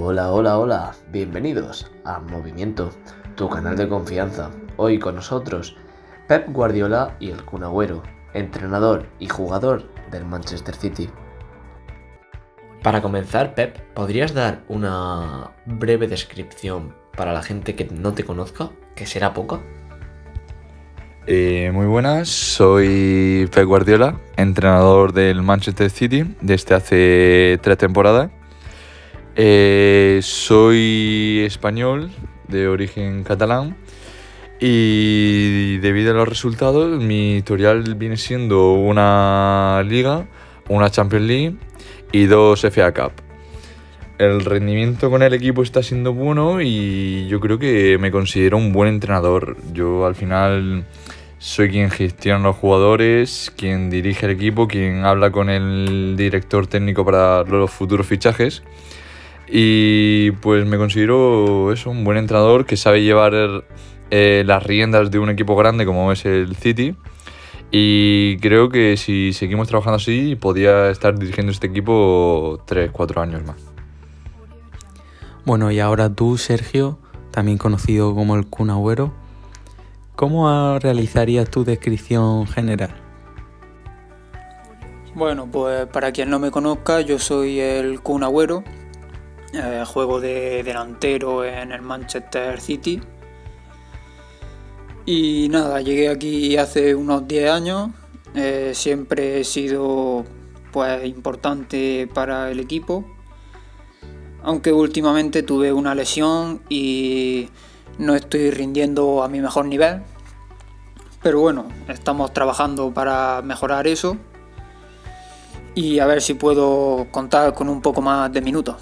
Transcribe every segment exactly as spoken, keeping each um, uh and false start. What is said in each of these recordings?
Hola, hola, hola, bienvenidos a Movimiento, tu canal de confianza. Hoy con nosotros Pep Guardiola y el Kun Agüero, entrenador y jugador del Manchester City. Para comenzar, Pep, ¿podrías dar una breve descripción para la gente que no te conozca, que será poca? Eh, muy buenas, soy Pep Guardiola, entrenador del Manchester City desde hace tres temporadas. Eh, soy español, de origen catalán, y debido a los resultados, mi historial viene siendo una Liga, una Champions League y dos F A Cup. El rendimiento con el equipo está siendo bueno y yo creo que me considero un buen entrenador. Yo al final soy quien gestiona los jugadores, quien dirige el equipo, quien habla con el director técnico para los futuros fichajes. Y pues me considero eso, un buen entrenador que sabe llevar eh, las riendas de un equipo grande como es el City. Y creo que si seguimos trabajando así, podría estar dirigiendo este equipo tres cuatro años más. Bueno, y ahora tú, Sergio, también conocido como el Kun Agüero, ¿cómo realizarías tu descripción general? Bueno, pues para quien no me conozca, yo soy el Kun Agüero, eh, juego de delantero en el Manchester City. Y nada, llegué aquí hace unos diez años, eh, siempre he sido pues importante para el equipo, aunque últimamente tuve una lesión y no estoy rindiendo a mi mejor nivel, pero bueno, estamos trabajando para mejorar eso y a ver si puedo contar con un poco más de minutos.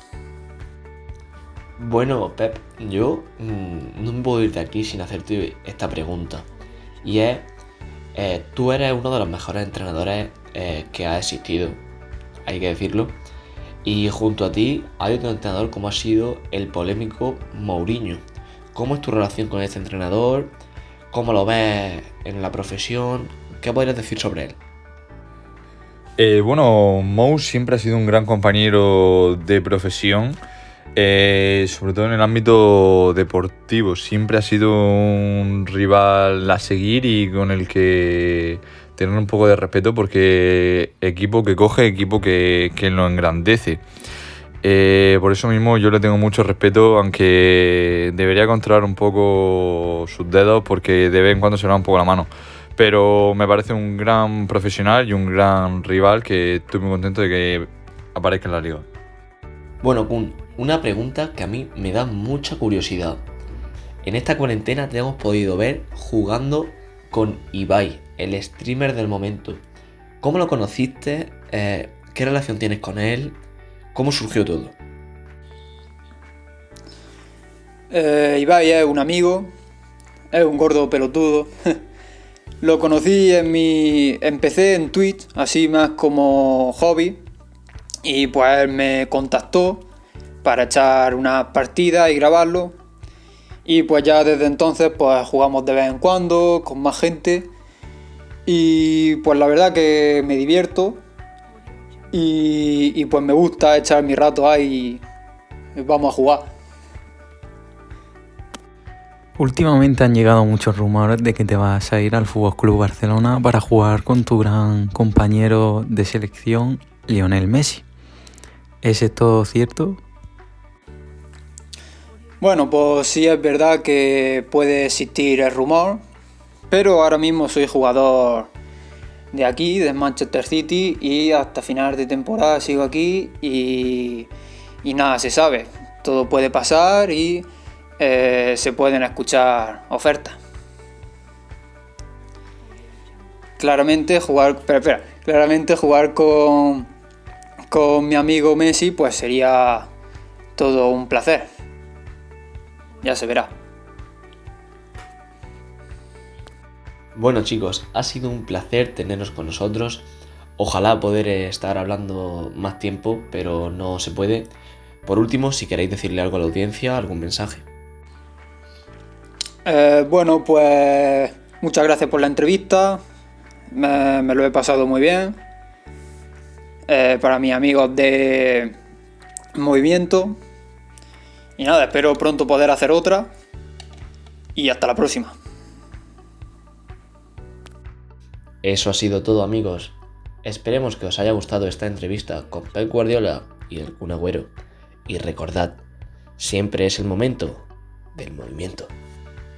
Bueno, Pep, yo mmm, no me puedo ir de aquí sin hacerte esta pregunta. Y es, eh, tú eres uno de los mejores entrenadores eh, que ha existido, hay que decirlo. Y junto a ti hay otro entrenador como ha sido el polémico Mourinho. ¿Cómo es tu relación con este entrenador? ¿Cómo lo ves en la profesión? ¿Qué podrías decir sobre él? Eh, bueno, Mou siempre ha sido un gran compañero de profesión, eh, sobre todo en el ámbito deportivo. Siempre ha sido un rival a seguir y con el que tener un poco de respeto porque equipo que coge, equipo que, que lo engrandece. Eh, por eso mismo yo le tengo mucho respeto, aunque debería controlar un poco sus dedos porque de vez en cuando se le va un poco la mano. Pero me parece un gran profesional y un gran rival que estoy muy contento de que aparezca en la liga. Bueno, Kun, una pregunta que a mí me da mucha curiosidad. En esta cuarentena te hemos podido ver jugando con Ibai, el streamer del momento. ¿Cómo lo conociste? Eh, ¿Qué relación tienes con él? ¿Cómo surgió todo? Eh, Ibai es un amigo, es un gordo pelotudo. Lo conocí en mi... Empecé en Twitch, así más como hobby. Y pues él me contactó para echar una partida y grabarlo. Y pues ya desde entonces pues jugamos de vez en cuando, con más gente. Y pues la verdad que me divierto. Y, y pues me gusta echar mi rato ahí y vamos a jugar. Últimamente han llegado muchos rumores de que te vas a ir al F C Barcelona para jugar con tu gran compañero de selección, Lionel Messi. ¿Es esto cierto? Bueno, pues sí es verdad que puede existir el rumor, pero ahora mismo soy jugador de aquí, de Manchester City, y hasta final de temporada sigo aquí y, y nada se sabe. Todo puede pasar y eh, se pueden escuchar ofertas. Claramente jugar, espera, espera, claramente jugar con, con mi amigo Messi pues sería todo un placer. Ya se verá. Bueno, chicos, ha sido un placer teneros con nosotros. Ojalá poder estar hablando más tiempo, pero no se puede. Por último, si queréis decirle algo a la audiencia, algún mensaje. Eh, bueno, pues muchas gracias por la entrevista. Me, me lo he pasado muy bien. Eh, para mis amigos de Movimiento, Y nada, espero pronto poder hacer otra. Y hasta la próxima. Eso ha sido todo, amigos. Esperemos que os haya gustado esta entrevista con Pep Guardiola y el Kun Agüero. Y recordad, siempre es el momento del movimiento.